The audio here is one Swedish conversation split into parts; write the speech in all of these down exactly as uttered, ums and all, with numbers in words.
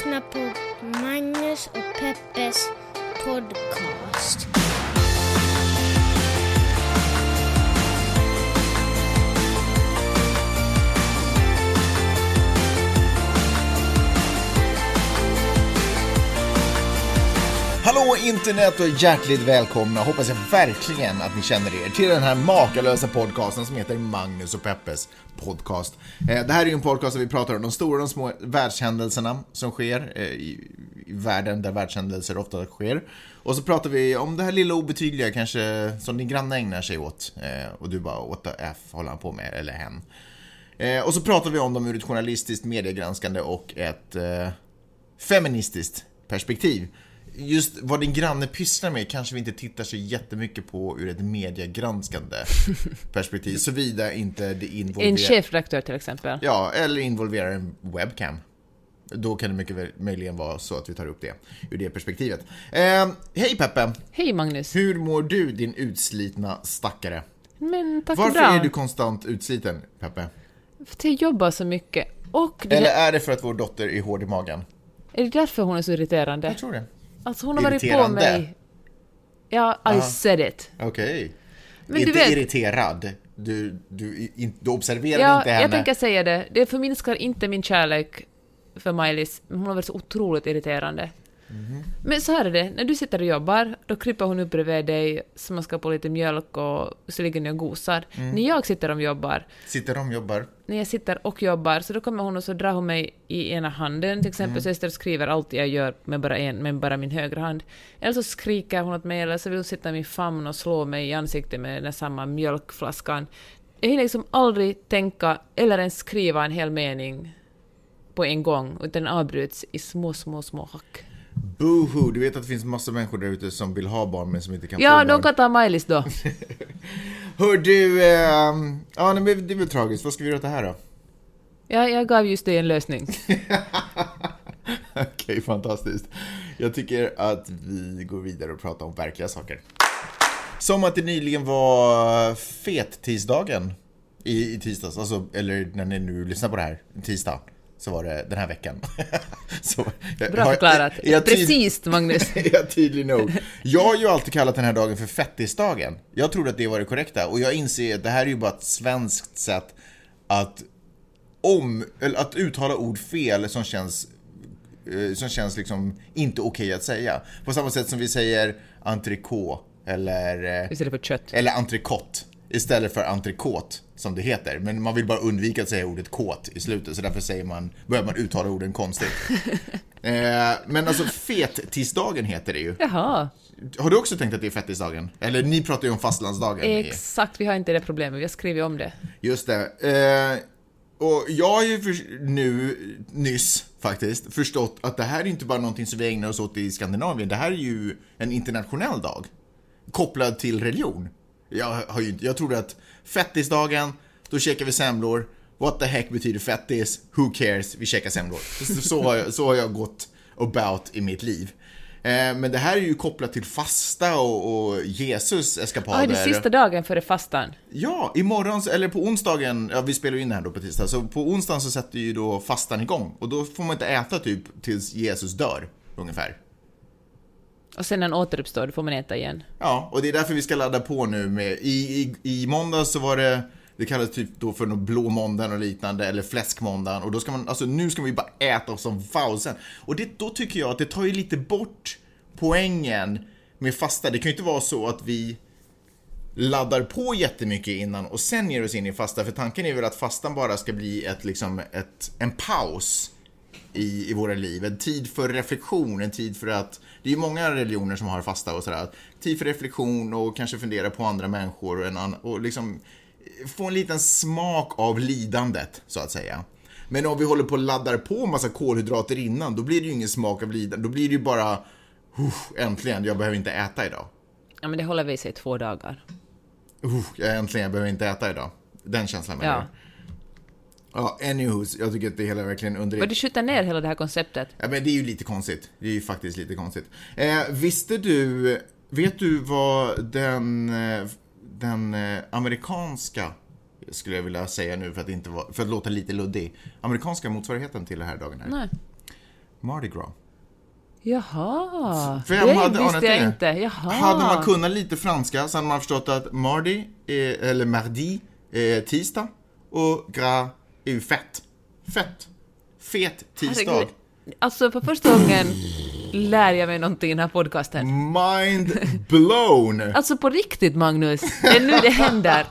lyssnar på Magnus och Peppes podcast. Hallå internet och hjärtligt välkomna, hoppas jag verkligen att ni känner er till den här makalösa podcasten som heter Magnus och Peppes podcast. Det här är ju en podcast där vi pratar om de stora och de små världshändelserna som sker i, i världen där världshändelser ofta sker. Och så pratar vi om det här lilla obetydliga kanske som din granne ägnar sig åt och du bara, what the F håller han på med, eller hen. Och så pratar vi om dem ur ett journalistiskt, mediegranskande och ett eh, feministiskt perspektiv. Just vad din granne pysslar med kanske vi inte tittar så jättemycket på ur ett mediegranskande perspektiv, såvida inte det involverar en chefredaktör till exempel. Ja, eller involverar en webcam. Då kan det mycket väl, möjligen vara så att vi tar upp det ur det perspektivet. eh, Hej Peppe. Hej Magnus. Hur mår du, din utslitna stackare? Men tack. Varför bra. är du konstant utsliten, Peppe? För jag jobbar så mycket. Och det Eller där... är det för att vår dotter är hård i magen? Är det därför hon är så irriterande? Jag tror det. Alltså hon har varit på mig. Ja, I Aha. said it. Okej. Men Inte du vet, irriterad. Du, du, in, du observerar ja, inte henne. jag tänker säga det. Det förminskar inte min kärlek för Maj-Lis. Hon har varit så otroligt irriterande. Mm-hmm. Men så här är det. När du sitter och jobbar, då kryper hon upp bredvid dig så man ska på lite mjölk och så ligger ni och gosar. Mm. När jag sitter och jobbar. Sitter de jobbar? När jag sitter och jobbar så då kommer hon och så drar hon mig i ena handen. Till exempel mm. syster skriver allt jag gör med bara en, med bara min högra hand. Eller så skriker hon åt mig eller så vill hon sitta i min famn och slå mig i ansiktet med den samma mjölkflaskan. Jag hinner liksom aldrig tänka eller ens skriva en hel mening på en gång utan den avbryts i små, små, små hack. Boohoo, du vet att det finns massa människor där ute som vill ha barn men som inte kan ja, få barn. Ja, de kan ta Maj-Lis då. Hör du, eh, ja nej, det är väl tragiskt. Vad ska vi göra det här då? Ja, jag gav just dig en lösning. Okej, okay, fantastiskt. Jag tycker att vi går vidare och pratar om verkliga saker. Som att det nyligen var fet-tisdagen i, i tisdags, alltså, eller när ni nu lyssnar på det här, tisdag. Så var det den här veckan. Så, bra förklarat. Jag, jag Precis, Magnus. Jag tydlig nog. Jag har ju alltid kallat den här dagen för fettisdagen. Jag trodde att det var det korrekta. Och jag inser att det här är ju bara ett svenskt sätt att, om, eller att uttala ord fel som känns, som känns liksom inte okej att säga. På samma sätt som vi säger entrecote eller, istället för kött. Eller entrecote istället för entrecote som det heter. Men man vill bara undvika att säga ordet kåt i slutet. Så därför säger man, börjar man uttala orden konstigt. eh, Men alltså fet-tisdagen heter det ju. Jaha. Har du också tänkt att det är fettisdagen? Eller ni pratar ju om fastlandsdagen. Exakt, vi har inte det problemet. Vi har skrivit om det. Just det. eh, Och jag har ju för, nu nyss faktiskt förstått att det här är inte bara någonting som vi ägnar oss åt i Skandinavien. Det här är ju en internationell dag kopplad till religion. Jag, har ju, jag trodde att fettisdagen, då käkar vi semlor. What the heck betyder fettis? Who cares? Vi käkar semlor. Så, så, har jag, så har jag gått about i mitt liv. eh, Men det här är ju kopplat till fasta och, och Jesus eskapader. Ja, det är sista dagen före fastan. Ja, imorgon, eller på onsdagen. Ja, vi spelar ju in det här då på tisdag. Så på onsdagen så sätter ju då fastan igång. Och då får man inte äta typ tills Jesus dör, ungefär. Och sen när han återuppstår, då får man äta igen. Ja, och det är därför vi ska ladda på nu med, i, i, i måndag så var det, det kallas typ då för någon blå måndagen och liknande, eller fläskmåndagen. Och då ska man, alltså nu ska vi bara äta oss som fausen. Och det, då tycker jag att det tar ju lite bort poängen med fasta. Det kan ju inte vara så att vi laddar på jättemycket innan och sen ger oss in i fasta. För tanken är väl att fastan bara ska bli ett, liksom, ett, en paus i, i våra liv. En tid för reflektion, en tid för att, det är ju många religioner som har fasta och sådär. Tid för reflektion och kanske fundera på andra människor och, en annan, och liksom få en liten smak av lidandet, så att säga. Men om vi håller på och laddar på massa kolhydrater innan, då blir det ju ingen smak av lidande. Då blir det ju bara, äntligen, jag behöver inte äta idag. Ja, men det håller vi sig i två dagar. Uh, jag äntligen, jag behöver inte äta idag. Den känslan med ja. det. Ja, anyways, jag tycker att det hela verkligen under... Bör du skjuta ner hela det här konceptet? Ja, men det är ju lite konstigt. Det är ju faktiskt lite konstigt. Eh, visste du, vet du vad den, den amerikanska, skulle jag vilja säga nu för att, inte vara, för att låta lite luddig, amerikanska motsvarigheten till den här dagen här? Nej. Mardi Gras. Jaha, Vem det hade visste anat jag det? inte. Jaha. Hade man kunnat lite franska så hade man förstått att mardi, är, eller mardi, är tisdag och gras är ju fett. Fett. Fet tisdag. Herregud. Alltså för första gången lär jag mig någonting i den här podcasten. Mind blown. Alltså på riktigt, Magnus. Det är nu det händer.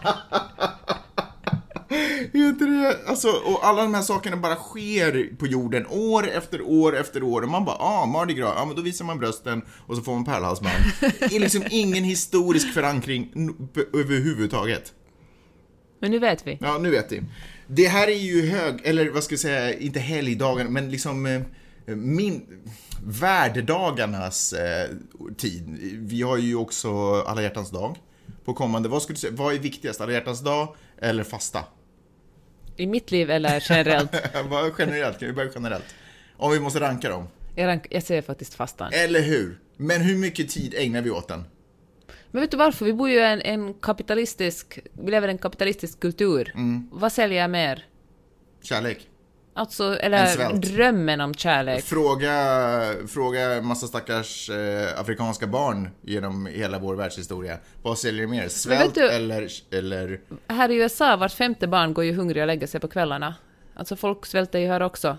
Är inte det? Alltså, och alla de här sakerna bara sker på jorden år efter år efter år. Och man bara, ah, Mardi Gras, ja men då visar man brösten och så får man pärlhalsband. Det är liksom ingen historisk förankring överhuvudtaget. Men nu vet vi. Ja, nu vet vi. Det här är ju hög, eller vad ska jag säga, inte helgdagen, men liksom eh, min värdedagarnas eh, tid. Vi har ju också alla hjärtans dag på kommande. Vad skulle du säga, vad är viktigast? Alla hjärtans dag eller fasta? I mitt liv eller generellt? Vad generellt? Kan vi börja generellt? Om vi måste ranka dem. Jag, rank, jag säger faktiskt fastan. Eller hur? Men hur mycket tid ägnar vi åt den? Men vet du varför? Vi bor ju i en, en kapitalistisk... Vi lever i en kapitalistisk kultur. Mm. Vad säljer jag mer? Kärlek. Alltså, eller drömmen om kärlek. Fråga, fråga massa stackars eh, afrikanska barn genom hela vår världshistoria. Vad säljer mer? Svält du, eller, eller... Här i U S A, vart femte barn går ju hungrig och lägger sig på kvällarna. Alltså folk svälter ju här också.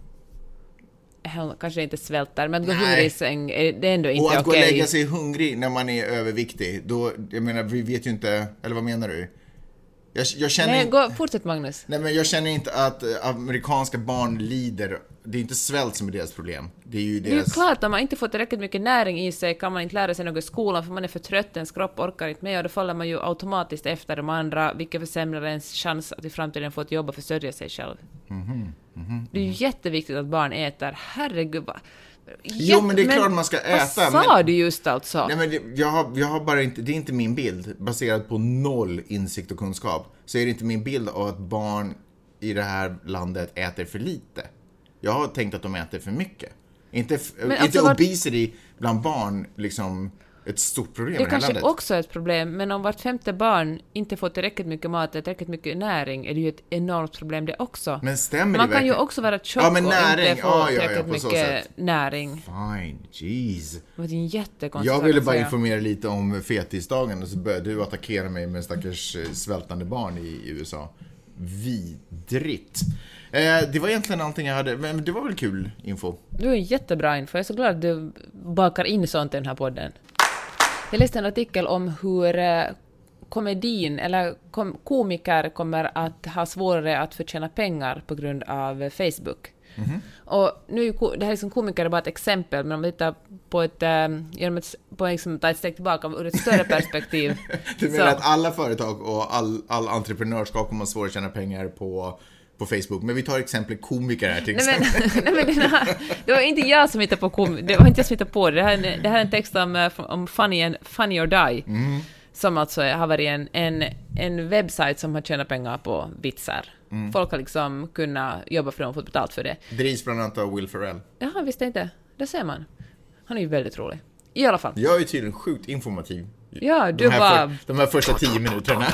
Kanske inte svälter, men att gå hungrig i säng, det är ändå inte okej. Och att okay. gå och lägga sig hungrig när man är överviktig, då, jag menar, vi vet ju inte, eller vad menar du? Jag, jag känner nej, inte, gå, fortsätt Magnus. Nej, men jag känner inte att amerikanska barn lider. Det är inte svält som är deras problem. Det är ju deras... Det är ju klart, när man inte får tillräckligt mycket näring i sig kan man inte lära sig något i skolan för man är för trött, ens kropp orkar inte med och då faller man ju automatiskt efter de andra, vilket försämrar ens chans att i framtiden få ett jobb och försörja sig själv. Mm-hmm. Mm-hmm. Det är ju jätteviktigt att barn äter. Herregud, va? Jätte... Jo, men det är klart man ska äta. Vad sa men... du just alltså? Nej, men det, jag, har, jag har bara inte, det är inte min bild, baserat på noll insikt och kunskap, så är det inte min bild av att barn i det här landet äter för lite. Jag har tänkt att de äter för mycket. Inte, inte alltså, obesity var... bland barn liksom ett stort problem i det här kanske landet. Också är ett problem, men om vart femte barn inte får tillräckligt mycket mat, tillräckligt mycket näring, är det ju ett enormt problem det också. Men stämmer man det kan verkligen? ju också vara tjock ja, men näring. och inte få ah, ja, tillräckligt ja, mycket näring. Fine, jeez. Det är en jättekonstigt. Jag ville bara informera lite om fetisdagen och så började du attackera mig med stackars svältande barn i U S A. Vidrigt. Eh, det var egentligen allting jag hade, men det var väl kul info. Du är jättebra info. Jag är så glad att du bakar in sånt i den här podden. Jag läste en artikel om hur eh, komedin eller kom, komiker kommer att ha svårare att förtjäna pengar på grund av Facebook. Mm-hmm. Och nu det här är som komiker är bara ett exempel, men om vi tittar på ett eh, genom ett på liksom ta ett steg tillbaka ur ett större perspektiv. Du menar så. Att alla företag och all, all entreprenörskap kommer svårt att tjäna pengar på på Facebook, men vi tar exempel komiker här till exempel. Nej, men, nej, men den här, det var inte jag som hittade på kom, det var inte jag som hittade på det. Det här, det här är en text om, om funny, and, funny or Die. Mm. Som alltså har varit en, en, en webbsajt som har tjänat pengar på vitsar. Mm. Folk har liksom kunnat jobba för dem och fått betalt för det. Drivs bland annat av Will Ferrell. Ja, visst inte. Det ser man. Han är ju väldigt rolig. I alla fall. Jag är ju tydligen sjukt informativ. Ja, du de här bara... För, de här första tio minuterna.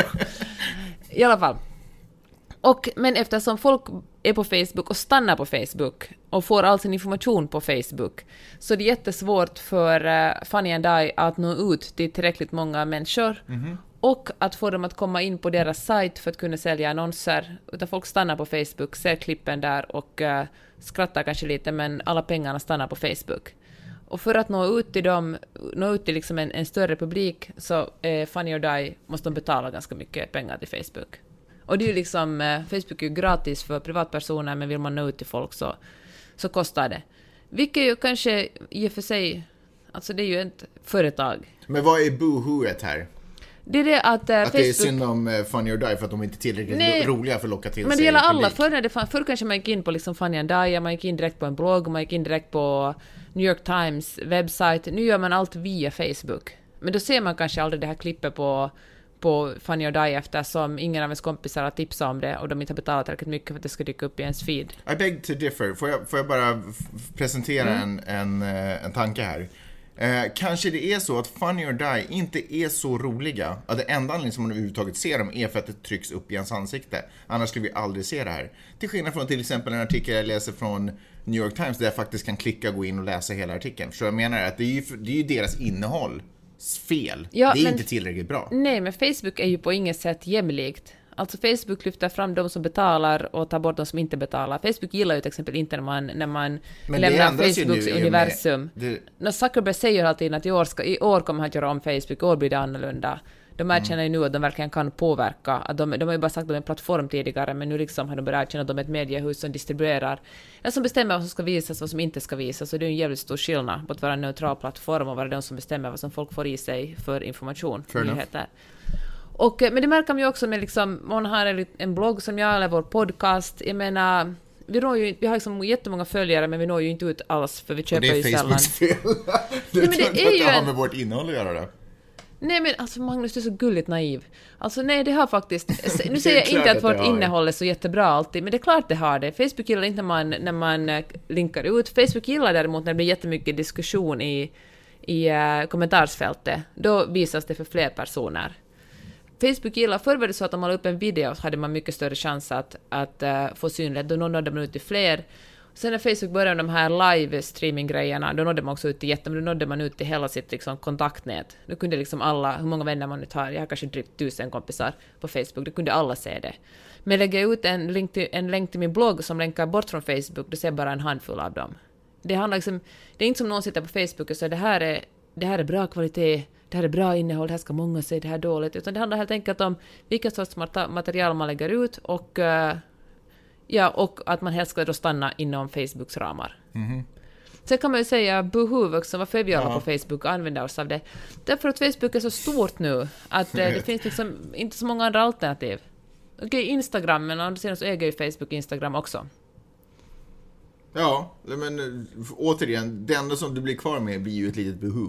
I alla fall. Och, men eftersom folk är på Facebook och stannar på Facebook och får all sin information på Facebook, så det är jättesvårt för uh, Funny and I att nå ut till tillräckligt många människor mm-hmm. och att få dem att komma in på deras sajt för att kunna sälja annonser. Utan folk stannar på Facebook, ser klippen där och uh, skrattar kanske lite, men alla pengarna stannar på Facebook. Och för att nå ut till dem, nå ut till liksom en, en större publik, så eh, Funny or Die måste de betala ganska mycket pengar till Facebook. Och det är ju liksom, eh, Facebook är ju gratis för privatpersoner, men vill man nå ut till folk så, så kostar det. Vilket ju kanske i och för sig, alltså det är ju ett företag. Men vad är boohooet här? Det är det att, eh, att Facebook... det är synd om eh, Funny or Die för att de inte är tillräckligt Nej, roliga för att locka till sig. Men det gäller alla. Förr, när det fann, förr kanske man gick in på liksom Funny and Die, man gick in direkt på en blogg, man gick in direkt på New York Times webbsajt. Nu gör man allt via Facebook. Men då ser man kanske aldrig det här klippet på, på Funny or Die eftersom ingen av ens kompisar har tipsat om det och de inte har betalat tillräckligt mycket för att det ska dyka upp i ens feed. I beg to differ. Får jag, får jag bara f- presentera mm. en, en, en tanke här? Eh, kanske det är så att Funny or Die inte är så roliga. Att det enda anledningen som man överhuvudtaget ser dem är för att det trycks upp i ens ansikte. Annars skulle vi aldrig se det här. Till skillnad från till exempel en artikel jag läser från New York Times där jag faktiskt kan klicka, gå in och läsa hela artikeln. Så jag menar att det är ju, det är ju deras innehåll fel. Ja, det är men, inte tillräckligt bra. Nej, men Facebook är ju på inget sätt jämlikt. Alltså Facebook lyfter fram de som betalar och tar bort de som inte betalar. Facebook gillar ju till exempel inte när man, när man lämnar Facebooks universum. Det... När Zuckerberg säger alltid att i år, ska, i år kommer han att göra om Facebook, i år blir det annorlunda. De erkänner ju nu att de verkligen kan påverka. Att de, de har ju bara sagt att de är en plattform tidigare, men nu liksom har de börjat erkänna att de är ett mediehus som distribuerar, eller som bestämmer vad som ska visas och vad som inte ska visas. Så det är en jävligt stor skillnad på att vara en neutral plattform och vara de som bestämmer vad som folk får i sig för information, för nyheter. Och, men det märker man ju också med liksom, man har en, en blogg som jag, eller vår podcast. Jag menar, vi, når ju, vi har liksom jättemånga följare, men vi når ju inte ut alls, för vi köper ju sällan. Och det är Facebooks fel. Du nej, men det är ju att det har med vårt innehåll att göra det. Nej, men alltså Magnus, du är så gulligt naiv. Alltså nej, det har faktiskt... Nu säger jag inte att vårt innehåll är så jättebra alltid, men det är klart det har det. Facebook gillar inte när man, när man linkar ut. Facebook gillar däremot när det blir jättemycket diskussion i, i uh, kommentarsfältet. Då visas det för fler personer. Facebook gillar, förr var det så att om man la upp en video så hade man mycket större chans att, att uh, få synlighet. Då nådde man ut till fler. Sen när Facebook började med de här live-streaming-grejerna, då nådde man också ut till jätte, men då nådde man ut till hela sitt liksom, kontaktnät. Då kunde liksom alla, hur många vänner man nu tar, jag har kanske drygt tusen kompisar på Facebook, då kunde alla se det. Men lägger jag ut en länk, till, en länk till min blogg som länkar bort från Facebook, då ser bara en handfull av dem. Det, handlar liksom, det är inte som någon sitter på Facebook och säger det här är, det här är bra kvalitet, det här är bra innehåll, det här ska många se, det här är dåligt. Utan det handlar helt enkelt om vilket sorts material man lägger ut och... Uh, Ja, och att man helst ska då stanna inom Facebooks ramar. Mm-hmm. Sen kan man ju säga buhu också, varför vi alla ja. på Facebook och använder oss av det. Därför att Facebook är så stort nu att eh, det finns liksom inte så många andra alternativ. Okej, okay, Instagram, men andra sidan så äger ju Facebook Instagram också. Ja, men återigen, det enda som du blir kvar med blir ju ett litet buhu.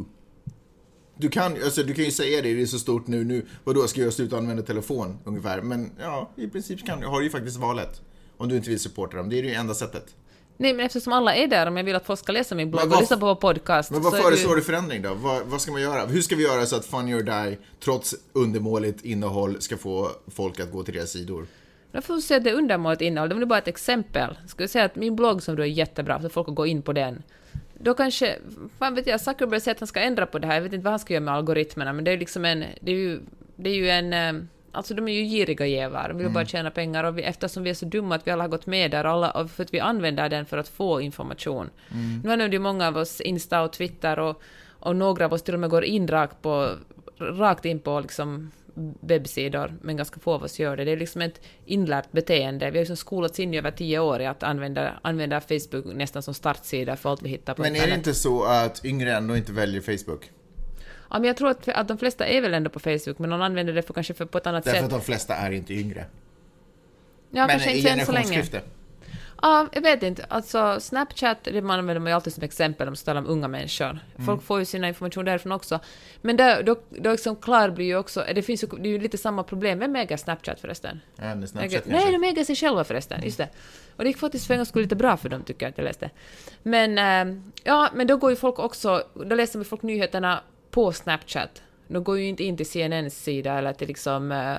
Du kan, alltså, du kan ju säga det, det är så stort nu, nu vadå, ska jag sluta använda telefon ungefär? Men ja, i princip kan, har du ju faktiskt valet. Om du inte vill supporta dem. Det är ju det enda sättet. Nej, men eftersom alla är där, om jag vill att folk ska läsa min blogg och lyssna på vår podcast. Men vad föreslår du förändring då? Vad, vad ska man göra? Hur ska vi göra så att Funny or Die, trots undermåligt innehåll, ska få folk att gå till deras sidor? Jag får säga att det är undermåligt innehåll. Det är bara ett exempel. Ska jag säga att min blogg som då är jättebra, så folk går in på den. Då kanske, fan vet jag, Zuckerberg säger att han ska ändra på det här. Jag vet inte vad han ska göra med algoritmerna, men det är liksom en, det är ju, det är ju en... Alltså de är ju giriga jävar, vi vill mm. bara tjäna pengar och vi, eftersom vi är så dumma att vi alla har gått med där alla, för att vi använder den för att få information. Mm. Nu använder ju många av oss Insta och Twitter och, och några av oss till och med går in rakt, på, rakt in på liksom webbsidor, men ganska få av oss gör det. Det är liksom ett inlärt beteende. Vi har liksom skolats in i över tio år i att använda, använda Facebook nästan som startsida för allt vi hittar på Men internet. Är det inte så att yngre ändå inte väljer Facebook? Ja, men jag tror att, att de flesta är väl ändå på Facebook, men de använder det för kanske för på ett annat Därför sätt. Därför att de flesta är inte yngre. Ja, men kanske inte än så länge. Ja, jag vet inte. Alltså, Snapchat, det man använder man ju alltid som exempel om ställer om unga människor. Folk mm. får ju sina information därifrån också. Men där, då, då liksom klar blir ju också, det finns ju, det är ju lite samma problem. Vem äger Snapchat förresten? Ja, det Snapchat äger, nej, de äger sig själva förresten, mm. just det. Och det gick faktiskt för en gång skulle lite bra för dem, tycker jag att jag läste. Men, äh, ja, men då går ju folk också, då läser vi folk nyheterna på Snapchat. De går ju inte in till C N N:s sida eller till liksom uh,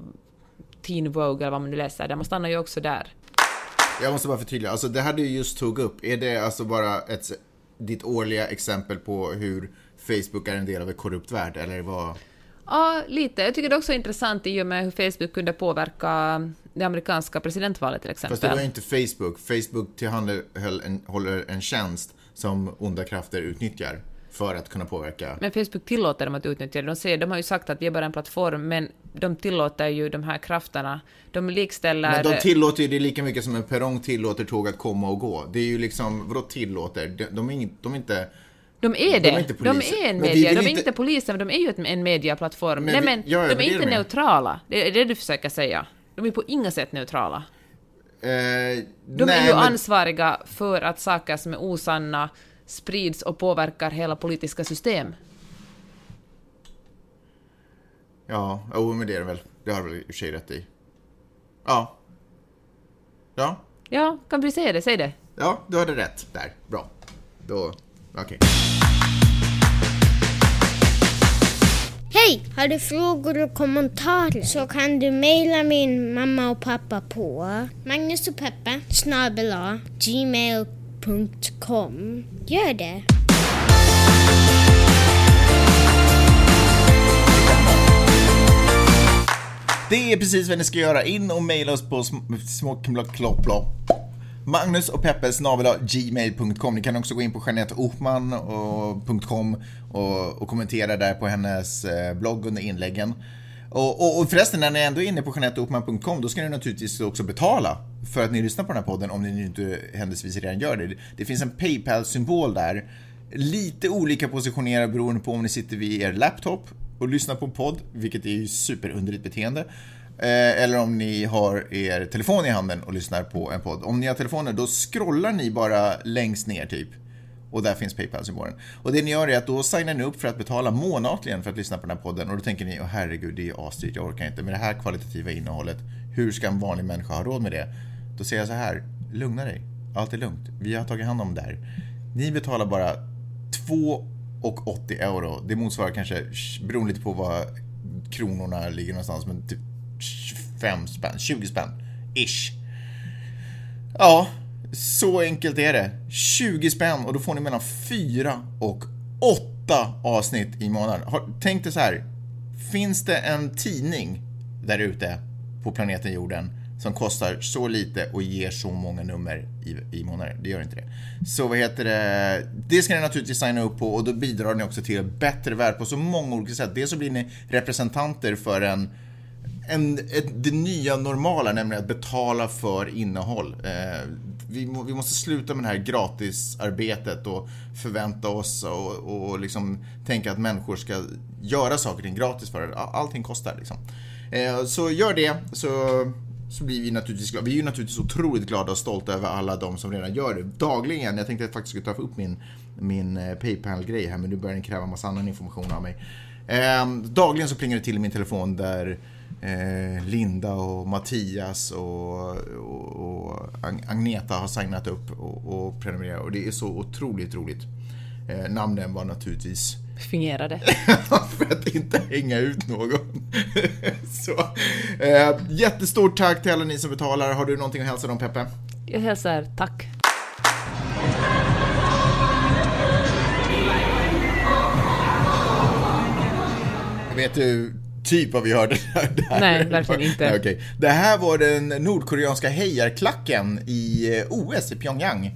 Teen Vogue eller vad man nu läser. Där man stannar ju också där. Jag måste bara förtydliga. Alltså det här du just tog upp, är det alltså bara ett, ditt årliga exempel på hur Facebook är en del av en korrupt värld? Eller vad? Ja, lite. Jag tycker det är också intressant i och med hur Facebook kunde påverka det amerikanska presidentvalet till exempel. Fast det var ju inte Facebook. Facebook tillhandahåller en, håller en tjänst som onda krafter utnyttjar för att kunna påverka. Men Facebook tillåter dem att utnyttja det. De, säger, de har ju sagt att vi är bara en plattform, men de tillåter ju de här krafterna. De likställer... Men de tillåter ju det lika mycket som en perrong tillåter tåg att komma och gå. Det är ju liksom, vadå tillåter? De, de, är, in, de är inte... De är det. De är, inte de är en media. De är inte polisen, men de är ju en mediaplattform. Men Nej, men vi, ja, de är inte är neutrala. Det är det du försöker säga. De är på inga sätt neutrala. Eh, de nej, är ju men... ansvariga för att saker som är osanna sprids och påverkar hela politiska system. Ja, oh, men det är det väl. Det har väl i och för sig rätt i. Ja. Ja. Ja, kan vi säga det? Säg det. Ja, du hade rätt där. Bra. Då, okej. Okay. Hej! Har du frågor och kommentarer så kan du mejla min mamma och pappa på Magnus och Peppe snabel-a gmail punkt com. Gör det! Det är precis vad ni ska göra. In och mejla oss på småklopplopp. Magnus och Peppe snabel-a gmail punkt com. Ni kan också gå in på Jeanette Ohman punkt com och, och kommentera där på hennes blogg under inläggen. Och, och, och förresten, när ni ändå är inne på Jeanette Ohman punkt com, då ska ni naturligtvis också betala för att ni lyssnar på den här podden, om ni inte händelsevis redan gör det. Det finns en PayPal-symbol där. Lite olika positionerade beroende på om ni sitter vid er laptop och lyssnar på en podd, vilket är ju superunderligt beteende. Eller om ni har er telefon i handen och lyssnar på en podd. Om ni har telefonen, då scrollar ni bara längst ner typ. Och där finns PayPal-symbolen. Och det ni gör är att då signar ni upp för att betala månatligen för att lyssna på den här podden. Och då tänker ni, åh herregud, det är asdyrt, jag orkar inte. Med det här kvalitativa innehållet, hur ska en vanlig människa ha råd med det? Då säger jag så här, lugna dig, allt är lugnt. Vi har tagit hand om det här. Ni betalar bara två komma åttio euro. Det motsvarar kanske, beroende lite på vad kronorna ligger någonstans, men typ tjugofem spänn, tjugo spänn ish. Ja, så enkelt är det. tjugo spänn och då får ni mellan fyra och åtta avsnitt i månaden. Tänk dig så här, finns det en tidning där ute på planeten jorden som kostar så lite och ger så många nummer i, i månader? Det gör inte det. Så vad heter det? Det ska ni naturligtvis signa upp på, och då bidrar ni också till bättre värld på så många olika sätt. Dels så blir ni representanter för en En, ett, det nya normala, nämligen att betala för innehåll. Eh, vi, må, vi måste sluta med det här gratisarbetet och förvänta oss och, och liksom tänka att människor ska göra saker gratis för det. Allting kostar liksom. Eh, så gör det, så, så blir vi naturligtvis glada. Vi är ju naturligtvis otroligt glada och stolta över alla de som redan gör det dagligen. Jag tänkte att jag faktiskt skulle ta upp min, min PayPal-grej här, men nu börjar den kräva en massa annan information av mig. Eh, dagligen så plingar det till i min telefon där Eh, Linda och Mattias och, och, och Agneta har signat upp och, och prenumererat, och det är så otroligt roligt. Eh, namnen var naturligtvis fingerade för att inte hänga ut någon. Så, eh, jättestort tack till alla ni som betalar. Har du någonting att hälsa dem, Peppe? Jag hälsar tack. Vet du typ vad vi hörde där? Nej, verkligen inte. Nej, okay. Det här var den nordkoreanska hejarklacken i O S i Pyongyang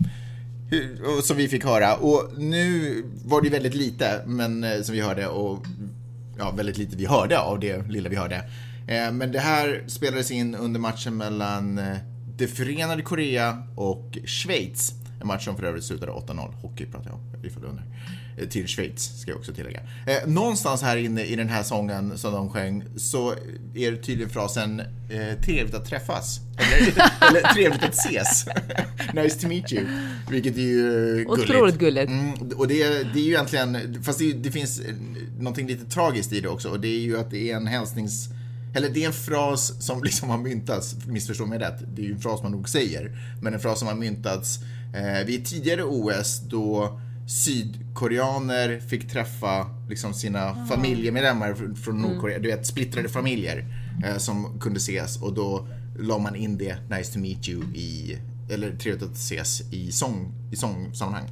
som vi fick höra. Och nu var det väldigt lite, men som vi hörde, och ja, väldigt lite vi hörde av det lilla vi hörde. Men det här spelades in under matchen mellan det förenade Korea och Schweiz. En match som för övrigt slutade åtta noll. Hockey pratar jag om, ifall du undrar. Till Schweiz ska jag också tillägga. Eh, någonstans här inne i den här sången som de sjöng så är det tydligen frasen eh, trevligt att träffas. Eller, eller trevligt att ses. Nice to meet you. Vilket är ju gulligt. Otroligt gulligt. Mm, och det, det är ju egentligen, fast det, det finns någonting lite tragiskt i det också. Och det är ju att det är en hälsnings... Eller det är en fras som liksom har myntats, missförstå mig rätt. Det är ju en fras man nog säger. Men en fras som har myntats eh, vid tidigare O S då sydkoreaner fick träffa liksom sina mm. familjemedlemmar från Nordkorea, mm. du vet, splittrade familjer eh, som kunde ses, och då la man in det nice to meet you i, eller trevligt att ses i sång, i sångsammanhang.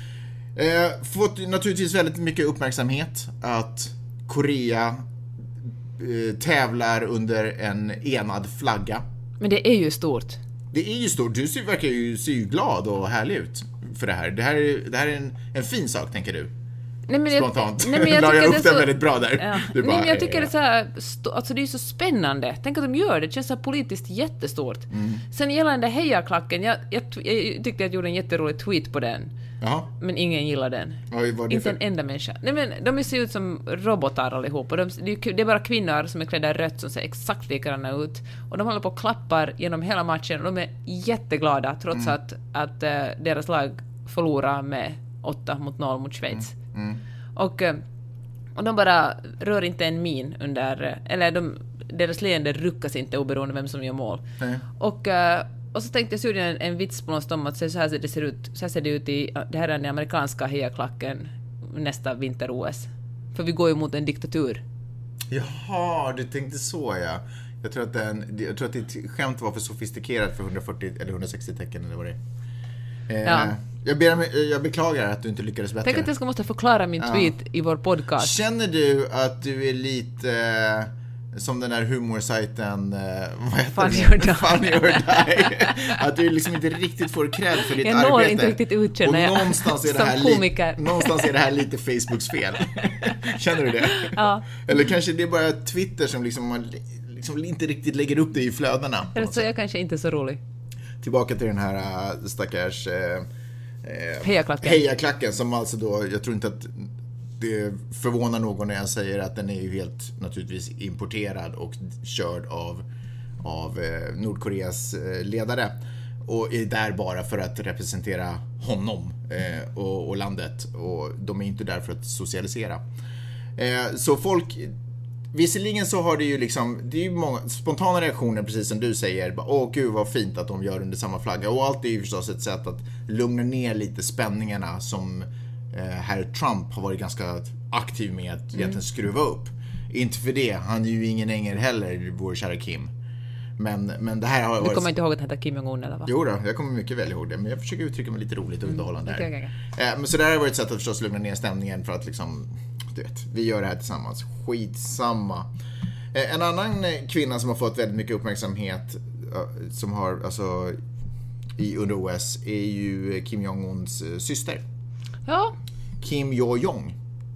Eh, fått naturligtvis väldigt mycket uppmärksamhet att Korea eh, tävlar under en enad flagga. Men det är ju stort. Det är ju stort. Du ser, verkar ju, ser ju glad och härlig ut för det här. Det här är, det här är en, en fin sak, tänker du? Nej, men spontant. Jag, nej, men jag la jag upp det den så, väldigt bra där. Ja. Du bara, nej, men jag tycker ja. det är så här, alltså det är så spännande. Tänk att de gör det. Det känns så här politiskt jättestort. Mm. Sen gällande hejaklacken, jag, jag, jag tyckte jag gjorde en jätterolig tweet på den. Jaha. Men ingen gillar den. Oj, vad det inte för? en enda människa. Nej, men de ser ut som robotar allihop. Och de, det är bara kvinnor som är klädda rött som ser exakt likadana ut. Och de håller på och klappar genom hela matchen. Och de är jätteglada trots mm. att, att uh, deras lag förlorar med åtta mot noll mot Schweiz. Mm. Mm. Och, uh, och de bara rör inte en min under... Eller de, deras leende ruckas inte oberoende vem som gör mål. Mm. Och... Uh, Och så tänkte jag så en, en vits på något om att så här det ser ut, så här ser det ut i det här är den amerikanska hejaklacken nästa vinter-O S. För vi går ju mot en diktatur Jaha, du tänkte så, ja. Jag tror att, den, jag tror att ditt skämt var för sofistikerat för hundrafyrtio eller hundrasextio tecken eller vad det är. Eh, Ja. jag, ber, jag beklagar att du inte lyckades bättre. Tänk att jag ska måste förklara min tweet ja. i vår podcast. Känner du att du är lite eh, som den där humorsajten, eh, vad heter Funny or Die. Funny or Die. Att du liksom inte riktigt får cred för ditt jag arbete. Jag når inte riktigt ut, känner jag. Och någonstans är, det här li- någonstans är det här lite Facebooks fel. Känner du det? Ja. Eller kanske det är bara Twitter som liksom, man, liksom inte riktigt lägger upp det i flödena. Eller så är jag kanske inte så rolig. Tillbaka till den här uh, stackars uh, uh, hejaklacken. hejaklacken som alltså då, jag tror inte att det förvånar någon när jag säger att den är ju helt naturligtvis importerad och körd av, av uh, Nordkoreas uh, ledare och är där bara för att representera honom uh, och, och landet, och de är inte där för att socialisera. Uh, så folk, visserligen så har det ju liksom, det är ju många spontana reaktioner, precis som du säger. Åh gud vad fint att de gör under samma flagga. Och allt är ju förstås ett sätt att lugna ner lite spänningarna som eh, herr Trump har varit ganska aktiv med att mm. egentligen skruva upp. Inte för det, han är ju ingen ängel heller, vår kära Kim. Men, men det här har varit... Du kommer inte ihåg att han heter Kim Jong-un eller vad? Jo då, jag kommer mycket väl ihåg det. Men jag försöker uttrycka mig lite roligt och underhållande mm. där. Okay, okay. Eh, men så det här har varit ett sätt att förstås lugna ner stämningen för att liksom... Du vet, vi gör det här tillsammans. Skitsamma. Eh, en annan kvinna som har fått väldigt mycket uppmärksamhet uh, som har, alltså, i under O S är ju Kim Jong-uns uh, syster. Ja. Kim Jo-jong.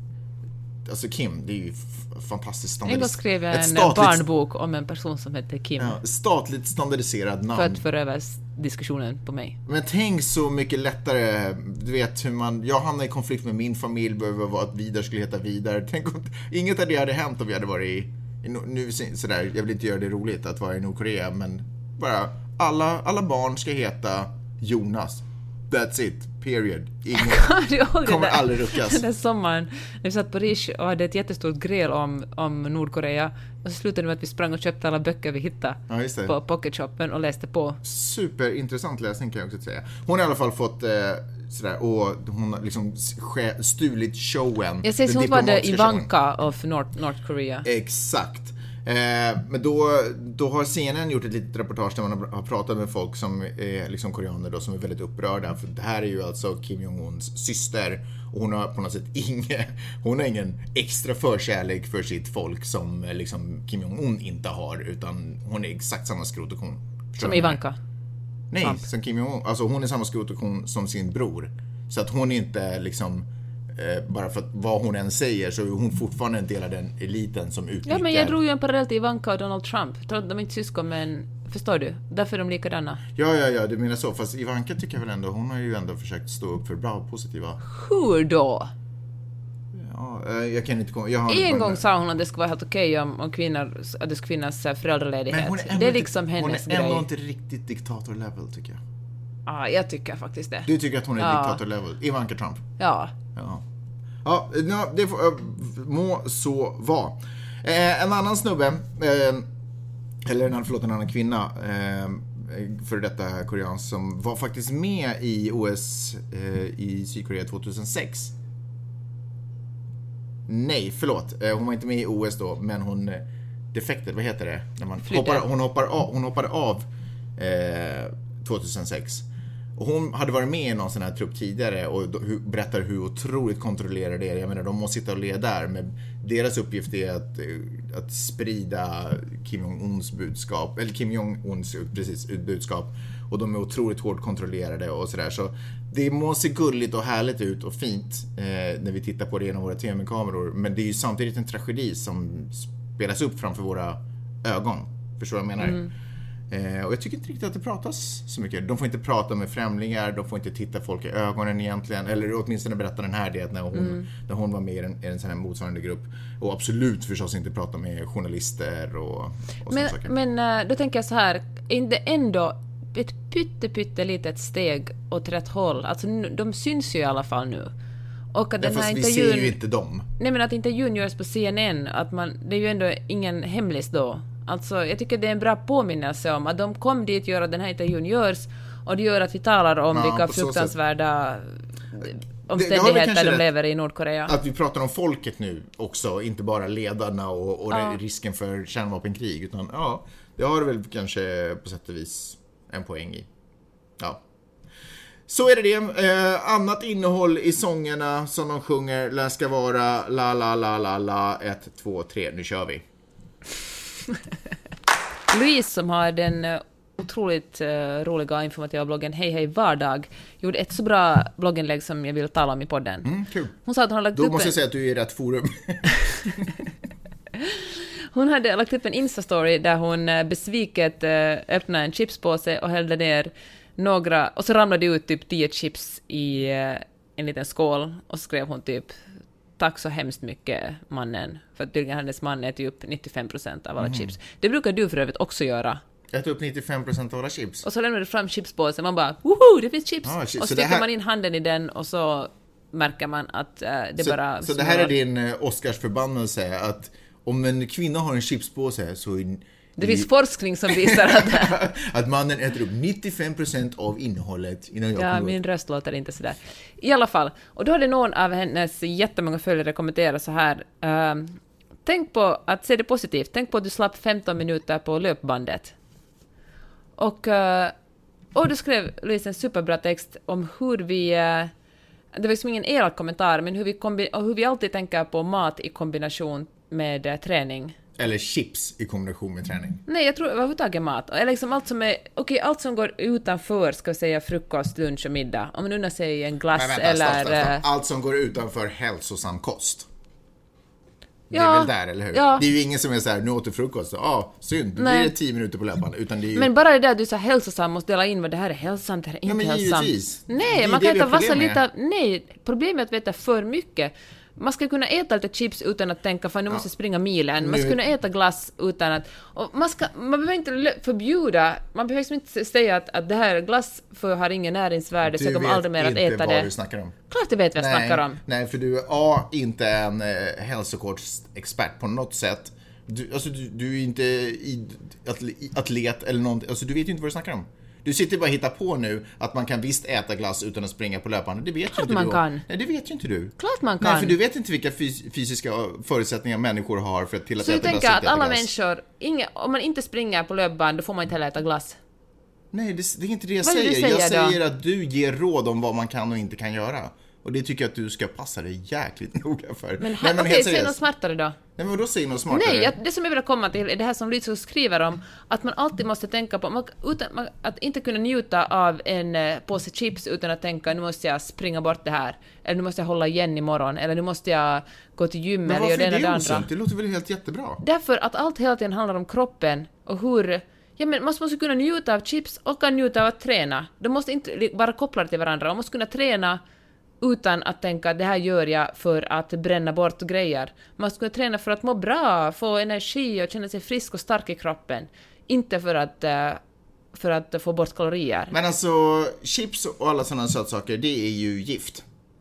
Alltså Kim, det är ju f- fantastiskt standardiserat. En gång skrev jag en statligt... barnbok om en person som heter Kim. Ja, statligt standardiserad namn. För att föra över diskussionen på mig. Men tänk så mycket lättare, du vet hur man, jag hamnar i konflikt med min familj, behöver vara att Vidar skulle heta Vidar. Tänk om inget av det hade hänt om vi hade varit i, i nu sådär, jag vill inte göra det roligt att vara i Nordkorea, men bara alla, alla barn ska heta Jonas. That's it, period. Ingen kommer aldrig ruckas. Den där sommaren när vi satt på Rish och hade ett jättestort gräl om, om Nordkorea, och så slutade det med att vi sprang och köpte alla böcker vi hittade ja, på pocketshoppen och läste på. Superintressant läsning kan jag också säga. Hon har i alla fall fått eh, sådär, och hon har liksom stulit showen. Jag säger så hon var det Ivanka of North, North Korea. Exakt. Eh, men då, då har C N N gjort ett litet reportage där man har pratat med folk som är liksom koreaner då, som är väldigt upprörda. För det här är ju alltså Kim Jong-uns syster. Och hon har på något sätt ingen, hon har ingen extra förkärlek för sitt folk som liksom Kim Jong-un inte har. Utan hon är exakt samma skrot och kon. Som Ivanka? Nej, Trump. Som Kim Jong-un. Alltså hon är samma skrot och kon som sin bror. Så att hon inte liksom... Eh, bara för att vad hon än säger så är hon fortfarande en del av den eliten som utnyttjar... Ja, men jag drog ju en parallell till Ivanka och Donald Trump. Jag tror att de är inte syskon, men förstår du? Därför är de likadana. Ja, ja, ja, du menar så. Fast Ivanka tycker jag väl ändå, hon har ju ändå försökt stå upp för bra, positiva... Hur då? Ja, jag kan inte komma... Jag har en bara... gång sa hon att det skulle vara helt okej om, om kvinnor, att det skulle finnas föräldraledighet. Men hon är det är inte, liksom hennes grej. Hon är ändå inte riktigt diktator-level, tycker jag. Ja, ah, jag tycker faktiskt det. Du tycker att hon är ja. diktator-level? Ivanka Trump? Ja. Ja. Ja, det får, må så vara. Eh, en annan snubbe, eh, eller en, förlåt, en annan kvinna, eh, för detta koreans, som var faktiskt med i O S eh, i Sydkorea tjugohundrasex. Nej, förlåt. Eh, hon var inte med i O S då, men hon defected, vad heter det? När man hoppar, hon, hoppar av, hon hoppade av eh, tjugohundrasex. Och hon hade varit med i någon sån här trupp tidigare och berättar hur otroligt kontrollerade det är. Jag menar, de måste sitta och leda där, men deras uppgift är att, att sprida Kim Jong-uns budskap, eller Kim Jong-uns precis, budskap. Och de är otroligt hårt kontrollerade och sådär. Så det måste se gulligt och härligt ut och fint eh, när vi tittar på det genom våra tv-kameror. Men det är ju samtidigt en tragedi som spelas upp framför våra ögon. Förstår du vad jag menar? Mm. Eh, och jag tycker inte riktigt att det pratas så mycket. De får inte prata med främlingar, de får inte titta folk i ögonen egentligen. Eller åtminstone berätta den här det att när hon, mm. när hon var med i en, i en sån här motsvarande grupp. Och absolut förstås inte prata med journalister och, och men, saker. Men då tänker jag så här, är det ändå ett pytte pytte litet steg åt rätt håll? Alltså de syns ju i alla fall nu. Och att ja, den här fast intervjun, vi ser ju inte dem. Nej, men att intervjun görs på C N N, att man, det är ju ändå ingen hemlis då. Alltså, jag tycker det är en bra påminnelse om att de kom dit gör att den här intervjun görs, och det gör att vi talar om ja, vilka fruktansvärda omständigheter de, de lever i Nordkorea. Att vi pratar om folket nu också, inte bara ledarna och, och ja. risken för kärnvapenkrig, utan ja, det har väl kanske på sätt och vis en poäng i. Ja. Så är det det. Eh, annat innehåll i sångerna som de sjunger lär ska vara la la la la la ett, två, tre, nu kör vi. Louise som har den otroligt uh, roliga informativa bloggen Hej hej vardag gjorde ett så bra blogginlägg som jag vill tala om i podden. Mm, kul. Hon sa att hon har lagt Då upp måste en... jag säga att du är i rätt forum. Hon hade lagt upp en Insta-story där hon uh, besviket uh, öppnade en chipspåse och hällde ner några, och så ramlade det ut typ tio chips i uh, en liten skål, och så skrev hon typ tack så hemskt mycket mannen, för att tydligen hennes man äter upp nittiofem procent av alla mm. chips. Det brukar du för övrigt också göra. Äta upp nittiofem procent av alla chips. Och så lämnar du fram chipspåsen, man bara woho, det finns chips. Ah, och så sticker här... man in handen i den och så märker man att uh, det så, bara... Så det här är din uh, Oscarsförbannelse, att om en kvinna har en chipspåse så... I, det finns forskning som visar att... att mannen äter upp nittiofem procent av innehållet innan jag Ja, min röst låter inte sådär. I alla fall. Och då hade någon av hennes jättemånga följare kommenterat så här. Uh, tänk på att se det positivt. Tänk på att du slapp femton minuter på löpbandet. Och, uh, och då skrev Louise en superbra text om hur vi... Uh, det var liksom ingen elak kommentar, men hur vi, kombi- och hur vi alltid tänker på mat i kombination med uh, träning. Eller chips i kombination med träning. Nej, jag tror överhuvudtaget mat. Eller liksom allt som är... Okej, okay, allt som går utanför, ska vi säga frukost, lunch och middag. Om man undrar sig en glass vänta, eller... Stopp, stopp, stopp. Allt som går utanför hälsosam kost. Det ja, är väl där, eller hur? Ja. Det är ju ingen som är så här, nu åt frukost. Ja, ah, synd. Då blir det tio minuter på löpan. Utan det är ju... Men bara det där du sa hälsosam måste dela in vad det här är hälsosamt, det här är inte ja, hälsosamt. Nej, man kan inte vassa lite... Nej, problemet är att vi äter för mycket. Man ska kunna äta lite chips utan att tänka för nu ja. måste springa milen. Man ska kunna äta glass utan att... Och man, ska, man behöver inte förbjuda... Man behöver inte säga att, att det här glass för har ingen näringsvärde, du så jag kommer aldrig mer att äta det. Du vet inte vad du snackar om. Klart du vet vad jag nej, snackar om. Nej, för du är A, inte en eh, hälsokostexpert på något sätt. Du, alltså, du, du är inte i, atlet eller någonting. Alltså, du vet ju inte vad du snackar om. Du sitter bara och hittar på nu att man kan visst äta glass utan att springa på löpande. Det vet Klart ju inte man du. Kan. Nej, det vet ju inte du. Klart man kan. Nej, för du vet inte vilka fys- fysiska förutsättningar människor har för att till att så äta glass. Så jag tänker att alla glass. människor, inga, om man inte springer på löpband, då får man inte heller äta glass. Nej, det, det är inte det jag vad säger. säger. Jag säger då? att du ger råd om vad man kan och inte kan göra. Och det tycker jag att du ska passa dig jäkligt noga för. Men, här, men okej, säg något smartare då. Nej, men då säger något smartare. Nej, jag, det som jag vill komma till är det här som Lytso skriver om, att man alltid måste tänka på, man, utan, man, att inte kunna njuta av en uh, påse chips utan att tänka, nu måste jag springa bort det här, eller nu måste jag hålla igen imorgon, eller nu måste jag gå till gym, eller göra det ena och det andra. Det låter väl helt jättebra. Därför att allt hela tiden handlar om kroppen och hur... Ja, men man måste kunna njuta av chips och kan njuta av att träna. De måste inte bara koppla till varandra. Man måste kunna träna utan att tänka att det här gör jag för att bränna bort grejer. Man ska träna för att må bra, få energi och känna sig frisk och stark i kroppen. Inte för att, för att få bort kalorier. Men alltså, chips och alla sådana sötsaker, det är ju gift.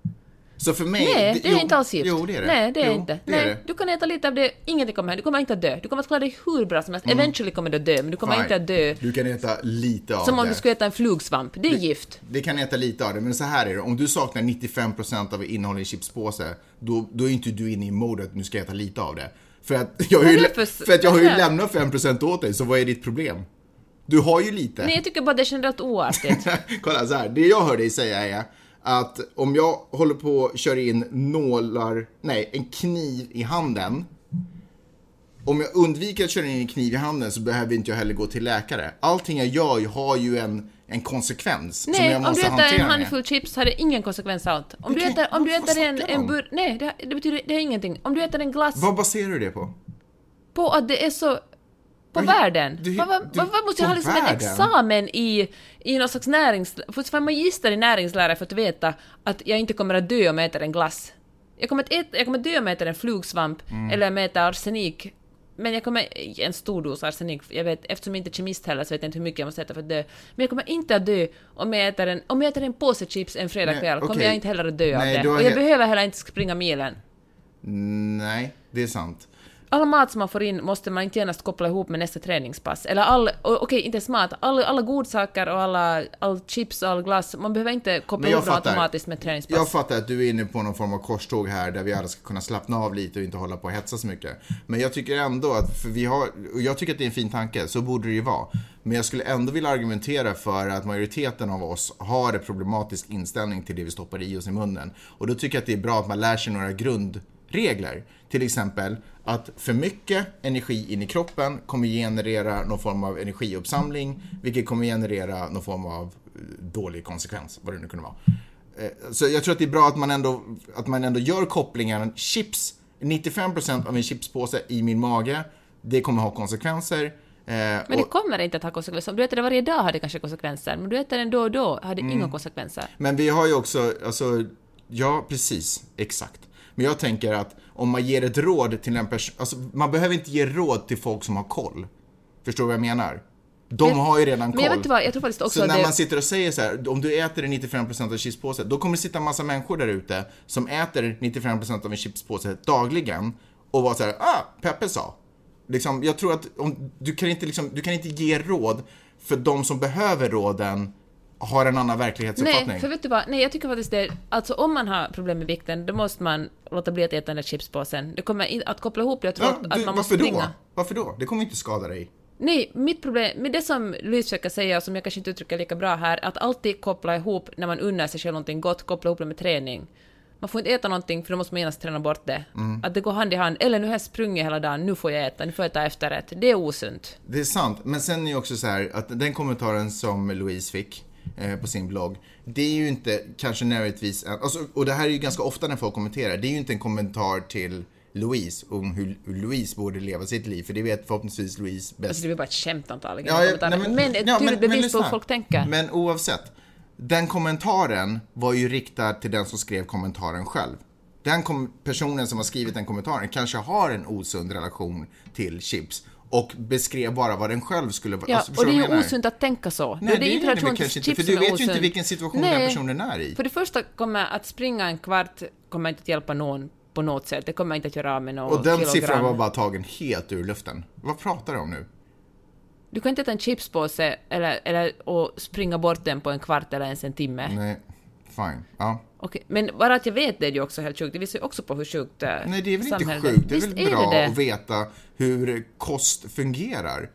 Så för mig... Nej, det är jo, inte alls gift. Jo, det är det. Nej, det är jo, inte. Det Nej, är det. Du kan äta lite av det, ingenting kommer här. Du kommer inte att dö. Du kommer att klara dig hur bra som helst. Mm. Eventually kommer du att dö, men du kommer Fine. inte att dö. Du kan äta lite av som det. Som om du skulle äta en flugsvamp. Det är det, gift. Det kan äta lite av det, men så här är det. Om du saknar nittiofem procent av innehållet i chipspåse, då, då är inte du inne i modet, nu ska jag äta lite av det. För att jag har ju, för, för att jag har ju lämnat fem procent åt dig, så vad är ditt problem? Du har ju lite. Nej, jag tycker bara det är generellt oartigt. Kolla så här, det jag hör dig säga är att om jag håller på och kör in nålar, nej, en kniv i handen. Om jag undviker att köra in en kniv i handen så behöver inte jag heller gå till läkare. Allting jag gör har ju en, en konsekvens nej, som jag måste hantera. Nej, om du äter en handfull chips har det ingen konsekvens allt. Om du, du äter, om du äter en, en bur... Nej, det, det betyder det är ingenting. Om du äter en glass... Vad baserar du det på? På att det är så... På vad, världen. Du, vad, vad, du, vad måste jag ha liksom en examen i, i någon slags närings... För jag magister i näringslära för att veta att jag inte kommer att dö om jag äter en glass. Jag kommer att, äta, jag kommer att dö om jag äter en flugsvamp mm. eller om jag äter arsenik. Men jag kommer... En stor dos arsenik. Jag vet, eftersom jag inte är kemist heller så vet jag inte hur mycket jag måste äta för att dö. Men jag kommer inte att dö om jag äter en, om jag äter en påse chips en fredagkväll. Okay. Kommer jag inte heller att dö Nej, av det. Och jag he- behöver heller inte springa milen. Nej, det är sant. All mat som man får in måste man inte genast koppla ihop med nästa träningspass. Eller all, okej, okay, inte ens mat. All, alla godsaker och alla all chips och all glass. Man behöver inte koppla ihop dem automatiskt med träningspass. Jag fattar att du är inne på någon form av korståg här där vi alla ska kunna slappna av lite och inte hålla på och hetsa så mycket. Men jag tycker ändå att, för vi har, och jag tycker att det är en fin tanke, så borde det ju vara. Men jag skulle ändå vilja argumentera för att majoriteten av oss har en problematisk inställning till det vi stoppar i oss i munnen. Och då tycker jag att det är bra att man lär sig några grundregler. Till exempel att för mycket energi in i kroppen kommer generera någon form av energiuppsamling, vilket kommer generera någon form av dålig konsekvens, vad det nu kunde vara. Så jag tror att det är bra att man ändå, att man ändå gör kopplingen. Chips, nittiofem procent av en chipspåse i min mage, det kommer ha konsekvenser. Men det kommer inte att ha konsekvenser. Om du äter det varje dag har det kanske konsekvenser. Men du äter den då och då har det mm. inga konsekvenser. Men vi har ju också, alltså, ja precis, exakt. Men jag tänker att om man ger ett råd till en person, alltså man behöver inte ge råd till folk som har koll. Förstår du vad jag menar? De men, har ju redan koll. Men jag vet vad, jag tror faktiskt också så när det... man sitter och säger så här, om du äter nittiofem procent av chipspåse, då kommer det sitta en massa människor där ute som äter nittiofem procent av en chipspåse dagligen och vara så här, ah, Peppe sa. Liksom, jag tror att om, du, kan inte, liksom, du kan inte ge råd för de som behöver råden har en annan verklighetsuppfattning. Nej, för vet du vad? Nej, jag tycker faktiskt det. Alltså om man har problem med vikten, då måste man låta bli att äta den där chipspåsen. Det kommer in, att koppla ihop det. Jag tror ja, att du, man måste springa. Då? Varför då? Det kommer inte skada dig. Nej, mitt problem med det som Louise försöker säga, som jag kanske inte uttrycker lika bra här, att alltid koppla ihop när man unnar sig själv någonting gott, koppla ihop det med träning. Man får inte äta någonting för då måste man genast träna bort det. Mm. Att det går hand i hand. Eller nu har jag sprungit hela dagen, nu får jag äta, nu får jag äta efterrätt. Det är osunt. Det är sant, men sen är det också så här att den kommentaren som Louise fick eh, på sin blogg, det är ju inte kanske nödvändigtvis, alltså, och det här är ju ganska ofta när folk kommenterar, det är ju inte en kommentar till Louise om hur, hur Louise borde leva sitt liv, för det vet förhoppningsvis Louise bäst. Alltså det blir bara ett skämt antagligen. Ja, ja, nej, men, men ett ja, tydligt bevis på hur folk tänker. Men oavsett, den kommentaren var ju riktad till den som skrev kommentaren själv. Den kom- personen som har skrivit den kommentaren kanske har en osund relation till chips och beskrev bara vad den själv skulle vara. Ja, alltså, och det är ju osunt att tänka så. Nej, det är inte relation till chips, för du vet ju inte vilken situation Nej, den personen är i. För det första kommer att springa en kvart kommer inte att hjälpa någon på något sätt. Det kommer inte att göra av med någon Och den kilogram. siffran var bara tagen helt ur luften. Vad pratar du om nu? Du kan inte äta en chipspåse eller, eller, och springa bort den på en kvart eller ens en timme. Nej, fine. Ja. Okej, men bara att jag vet det är ju också helt sjukt. Det visar ju också på hur sjukt äh, Nej, det är väl samhället. inte sjukt. Det är Visst väl bra är det? att veta hur kost fungerar.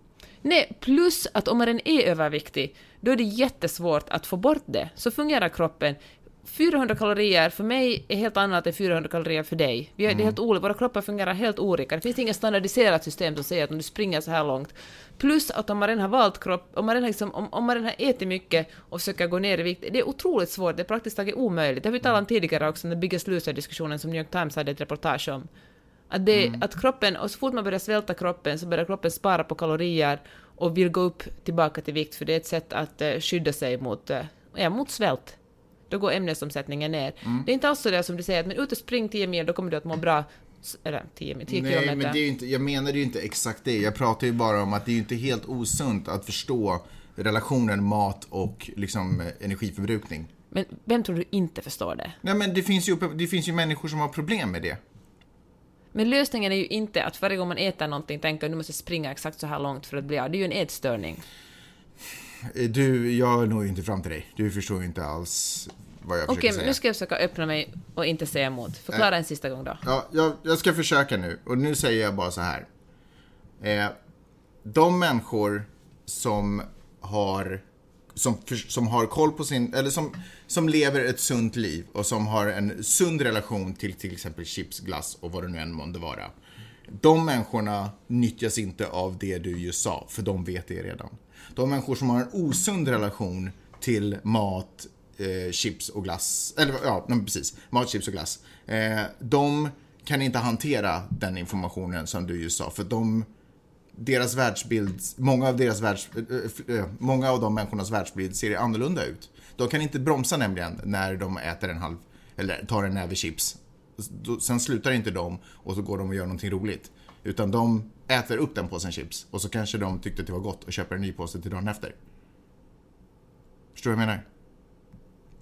Nej, plus att om man är överviktig, då är det jättesvårt att få bort det. Så fungerar kroppen. fyrahundra kalorier för mig är helt annat än fyrahundra kalorier för dig. Vi är, mm. det är helt olika. Våra kroppar fungerar helt olika. Det finns inget standardiserat system som säger att om du springer så här långt. Plus att om man redan har valt kropp, om man redan, liksom, om, om man redan har ätit mycket och försöker gå ner i vikt, det är otroligt svårt. Det är praktiskt taget omöjligt. Det har vi talat om tidigare också, den Biggest Loser-diskussionen som New York Times hade ett reportage om. Att, det, mm. att kroppen, och så fort man börjar svälta kroppen så börjar kroppen spara på kalorier och vill gå upp tillbaka till vikt, för det är ett sätt att uh, skydda sig mot, uh, ja, mot svält. Då går ämnesomsättningen ner. Mm. Det är inte alls så där som du säger, att men ut och spring tio mil, då kommer du att må bra. Eller tio mil, tio Nej, kilometer. Men det är ju inte, jag menar ju inte exakt det. Jag pratar ju bara om att det är ju inte helt osunt att förstå relationen mat och liksom energiförbrukning. Men vem tror du inte förstår det? Nej, men det finns ju, det finns ju människor som har problem med det. Men lösningen är ju inte att varje gång man äter någonting tänker att du måste springa exakt så här långt för att bli av. Det är ju en ätstörning. Du, jag når ju inte fram till dig. Du förstår ju inte alls vad jag försöker Okej, säga. Okej, nu ska jag försöka öppna mig och inte säga emot. Förklara äh, en sista gång då. Ja, jag, jag ska försöka nu. Och nu säger jag bara så här. Eh, de människor som har som, som har koll på sin, eller som, som lever ett sunt liv och som har en sund relation till till exempel chips, glass och vad det nu än månde vara. De människorna nyttjas inte av det du just sa, för de vet det redan. De människor som har en osund relation till mat, eh, chips och glass, eller ja, precis, mat, chips och glass. Eh, de kan inte hantera den informationen som du just sa, för de, deras världsbild, många av deras världs, äh, många av de människornas världsbild ser annorlunda ut. De kan inte bromsa nämligen när de äter en halv, eller tar en näve chips. Sen slutar inte de och så går de och gör någonting roligt. Utan de äter upp den påsen chips och så kanske de tyckte att det var gott och köper en ny påse till dagen efter. Förstår du vad jag menar?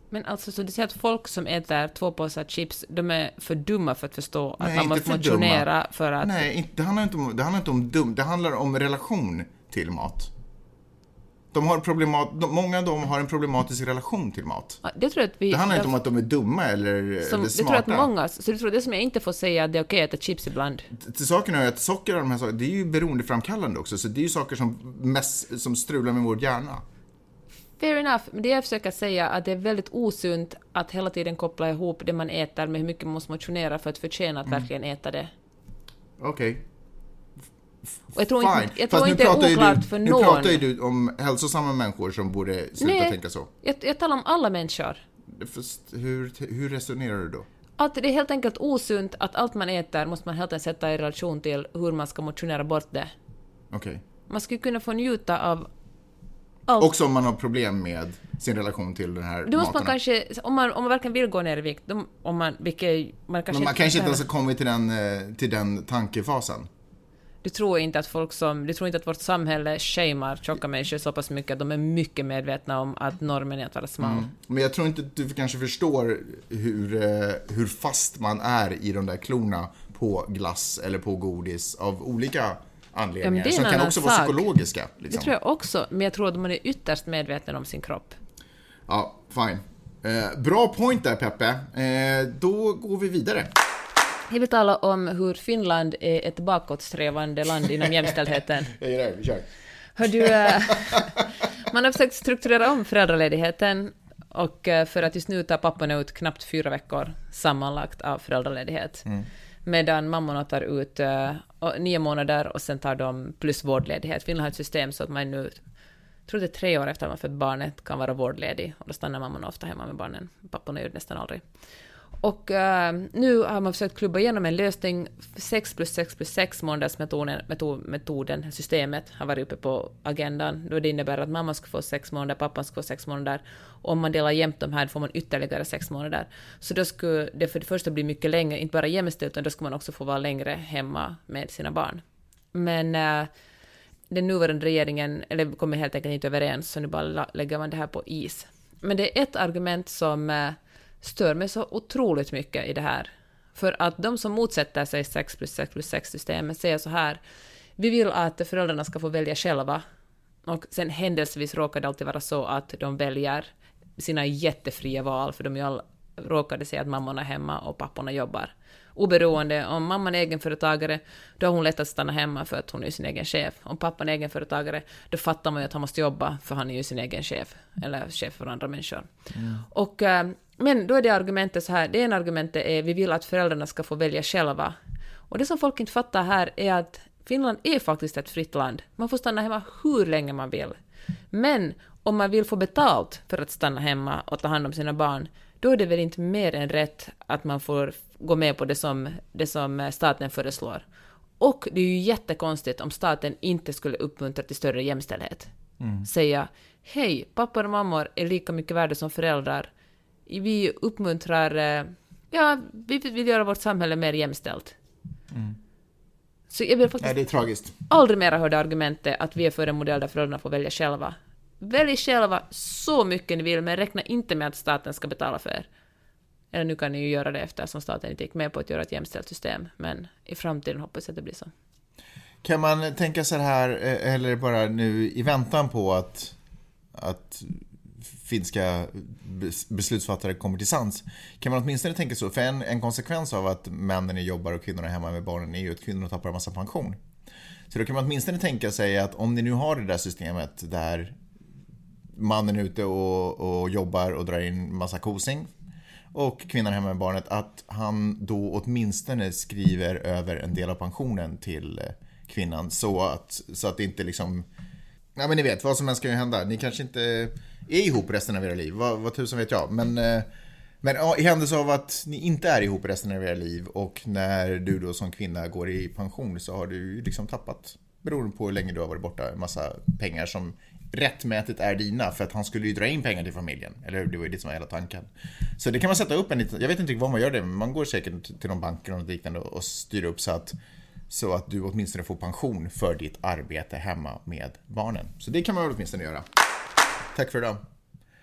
Men alltså, så du säger att folk som äter två påsar chips, de är för dumma för att förstå att Nej, man måste motionera för att... Nej, inte, det, handlar inte om, det handlar inte om dum, det handlar om relation till mat. De har problemat, de, många av dem har en problematisk relation till mat. Ja, det, tror jag att vi, det handlar inte om att de är dumma eller, som, eller det smarta. tror jag att många, så det tror det som jag inte får säga att det är okej att äta chips ibland. Till saken är att socker och de här sakerna, det är ju beroendeframkallande också. Så det är ju saker som, mest, som strular med vår hjärna. Fair enough, men det jag försöker säga att det är väldigt osunt att hela tiden koppla ihop det man äter med hur mycket man måste motionera för att förtjäna att mm. verkligen äta det. Okej. Okay. Och jag tror Fine. inte, jag tror inte det är oklart du, för nu någon. Nu pratar ju du om hälsosamma människor som borde sluta Nej, tänka så. Jag, jag talar om alla människor. Fast hur, hur resonerar du då? Att det är helt enkelt osunt att allt man äter måste man helt enkelt sätta i relation till hur man ska motionera bort det. Okej. Okay. Man skulle kunna få njuta av allt. Också om man har problem med sin relation till den här då måste maten. Man kanske, om man, om man verkligen vill gå ner i vikt, då, om man, vilket, man kanske Men man inte kanske inte ens har kommit till den, till den tankefasen. Du tror inte att folk som, du tror inte att vårt samhälle shamear tjocka människor så pass mycket att de är mycket medvetna om att normen är att vara smal. Mm. Men jag tror inte att du kanske förstår hur, hur fast man är i de där klorna på glass eller på godis av olika anledningar. Ja, som kan också sak. vara psykologiska. Liksom. Det tror jag också, men jag tror att man är ytterst medveten om sin kropp. Ja, fine. Eh, bra point där, Peppe. Eh, då går vi vidare. Jag vill tala om hur Finland är ett bakåtsträvande land inom jämställdheten. Jag gillar det, vi kör. Hör du, man har försökt strukturera om föräldraledigheten och för att just nu tar papporna ut knappt fyra veckor sammanlagt av föräldraledighet. Mm. Medan mammorna tar ut uh, nio månader och sen tar de plus vårdledighet. Finland har ett system så att man nu, tror det är tre år efter att man fått barnet, kan vara vårdledig. Och då stannar mammorna ofta hemma med barnen. Papporna gör det nästan aldrig. Och uh, nu har man försökt klubba igenom en lösning. sex plus sex plus sex månaders metoden, metod, metoden, systemet har varit uppe på agendan. Då det innebär att mamma ska få sex månader, pappan ska få sex månader. Och om man delar jämnt de här får man ytterligare sex månader. Så då skulle det för det första bli mycket längre, inte bara jämställt, utan då ska man också få vara längre hemma med sina barn. Men uh, den nuvarande regeringen, eller kommer helt enkelt inte överens, så nu bara lägger man det här på is. Men det är ett argument som uh, stör mig så otroligt mycket i det här. För att de som motsätter sig sex plus sex plus sex systemet säger så här: vi vill att föräldrarna ska få välja själva. Och sen händelsevis råkar det alltid vara så att de väljer sina jättefria val, för de ju all, råkade säga att mammorna är hemma och papporna jobbar. Oberoende, om mamman är egenföretagare, då har hon lätt att stanna hemma för att hon är sin egen chef. Om pappan är egenföretagare, då fattar man ju att han måste jobba för han är ju sin egen chef, eller chef för andra människor. Mm. Och, men då är det argumentet så här, det ena argumentet är vi vill att föräldrarna ska få välja själva. Och det som folk inte fattar här är att Finland är faktiskt ett fritt land. Man får stanna hemma hur länge man vill. Men om man vill få betalt för att stanna hemma och ta hand om sina barn, då är det väl inte mer än rätt att man får gå med på det som, det som staten föreslår. Och det är ju jättekonstigt om staten inte skulle uppmuntra till större jämställdhet. Mm. Säga, hej, pappor och mammor är lika mycket värda som föräldrar. Vi uppmuntrar, ja, vi vill göra vårt samhälle mer jämställt. Mm. Så jag vill faktiskt Nej, det är tragiskt. aldrig mer höra argumentet att vi är för en modell där föräldrarna får välja själva. Välj själva så mycket ni vill, men räkna inte med att staten ska betala för er. Eller nu kan ni ju göra det eftersom staten inte gick med på att göra ett jämställt system. Men i framtiden hoppas jag att det blir så. Kan man tänka sig här, eller bara nu i väntan på att, att finska beslutsfattare kommer till sans, kan man åtminstone tänka så? För en, en konsekvens av att männen jobbar och kvinnorna är hemma med barnen är ju att kvinnorna tappar en massa pension. Så då kan man åtminstone tänka sig att om ni nu har det där systemet där mannen är ute och, och jobbar och drar in massa kosing och kvinnan hemma med barnet, att han då åtminstone skriver över en del av pensionen till kvinnan så att, så att det inte liksom, ja men ni vet, vad som helst kan ju hända. Ni kanske inte är ihop resten av era liv, vad, vad tusen vet jag, men, men ja, i händelse av att ni inte är ihop resten av era liv och när du då som kvinna går i pension så har du liksom tappat, beroende på hur länge du har varit borta, en massa pengar som rättmätigt är dina, för att han skulle ju dra in pengar till familjen, eller det var ju det som var hela tanken. Så det kan man sätta upp en liten, jag vet inte vad man gör det, men man går säkert till någon bank eller något liknande och styr upp så att, så att du åtminstone får pension för ditt arbete hemma med barnen. Så det kan man väl åtminstone göra. Tack för idag.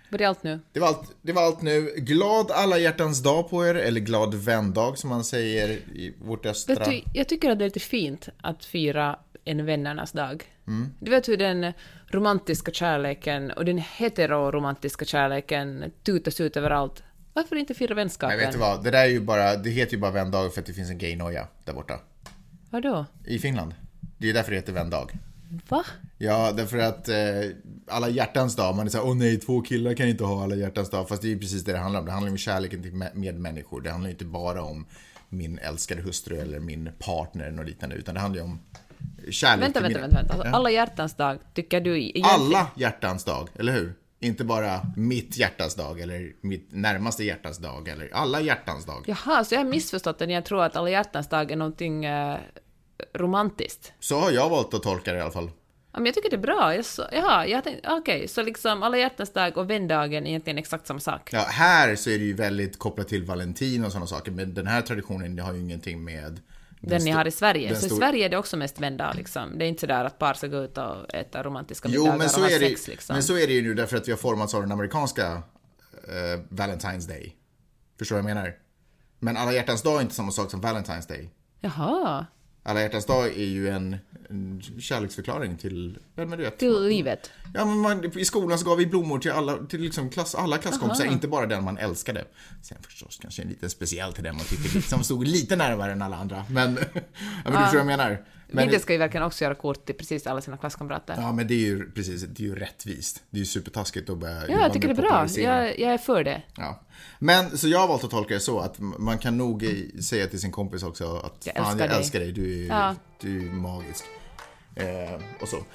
Var det allt nu? Det var allt, det var allt nu. Glad alla hjärtans dag på er, eller glad vändag som man säger i vårt östra. Vet du, jag tycker att det är lite fint att fira en vännernas dag. Mm. Du vet hur den romantiska kärleken och den heteroromantiska kärleken tutas ut överallt. Varför inte fira vänskapen? Nej, vet du vad? Det där är ju bara, det heter ju bara vändag för att det finns en gay-noja där borta. Vadå? I Finland. Det är därför det heter vändag. Va? Ja, därför att eh, alla hjärtans dag, man är så här, åh nej, två killar kan inte ha alla hjärtans dag. Fast det är ju precis det det handlar om. Det handlar om kärleken till medmänniskor. Det handlar inte bara om min älskade hustru eller min partner och liknande, utan det handlar ju om kärlek vänta, till vänta, mina... vänta, vänta. Alltså, alla hjärtans dag, tycker du egentligen... Alla hjärtans dag, eller hur? Inte bara mitt hjärtans dag eller mitt närmaste hjärtans dag eller alla hjärtans dag. Jaha, så jag har missförstått det när jag tror att alla hjärtans dag är någonting eh, romantiskt. Så har jag valt att tolka det i alla fall. Ja, men jag tycker det är bra. Jag så, jaha, jag tänkte, okej, okay, så liksom alla hjärtans dag och vändagen är egentligen exakt samma sak. Ja, här så är det ju väldigt kopplat till Valentin och sådana saker, men den här traditionen det har ju ingenting med den, den ni har i Sverige. Så stor... i Sverige är det också mest vändag liksom. Det är inte så där att par ska gå ut och äta romantiska jo, middagar men så och ha är det, sex liksom. Men så är det ju nu därför att vi har formats av den amerikanska uh, Valentine's Day. Förstår du vad jag menar? Men alla hjärtans dag är inte samma sak som Valentine's Day. Jaha. Alla hjärtans dag är ju en, en kärleksförklaring till, vem är det? Till livet. Ja, men man, i skolan så gav vi blommor till alla, till liksom klass, alla klasskompisar, Aha. inte bara den man älskade. Sen förstås kanske en liten speciell till den man tyckte som stod lite närmare än alla andra. Men, ja, men du förstår vad jag menar. Men, Vilket ska ju verkligen också göra kort till precis alla sina klasskamrater. ja, men det är ju precis, det är ju rättvist. Det är ju supertaskigt att börja... Ja, jag tycker det är bra. Jag, jag är för det. Ja. Men så jag har valt att tolka det så att man kan nog säga till sin kompis också att jag fan, älskar jag dig. älskar dig, du är, Ja. du är magisk. Eh, och så.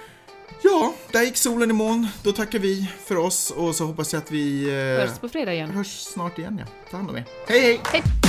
Ja, där gick solen i moln. Då tackar vi för oss och så hoppas jag att vi eh, Hörs på fredag igen. hörs snart igen. Ja. Ta hand om er. Hej, hej! Hej!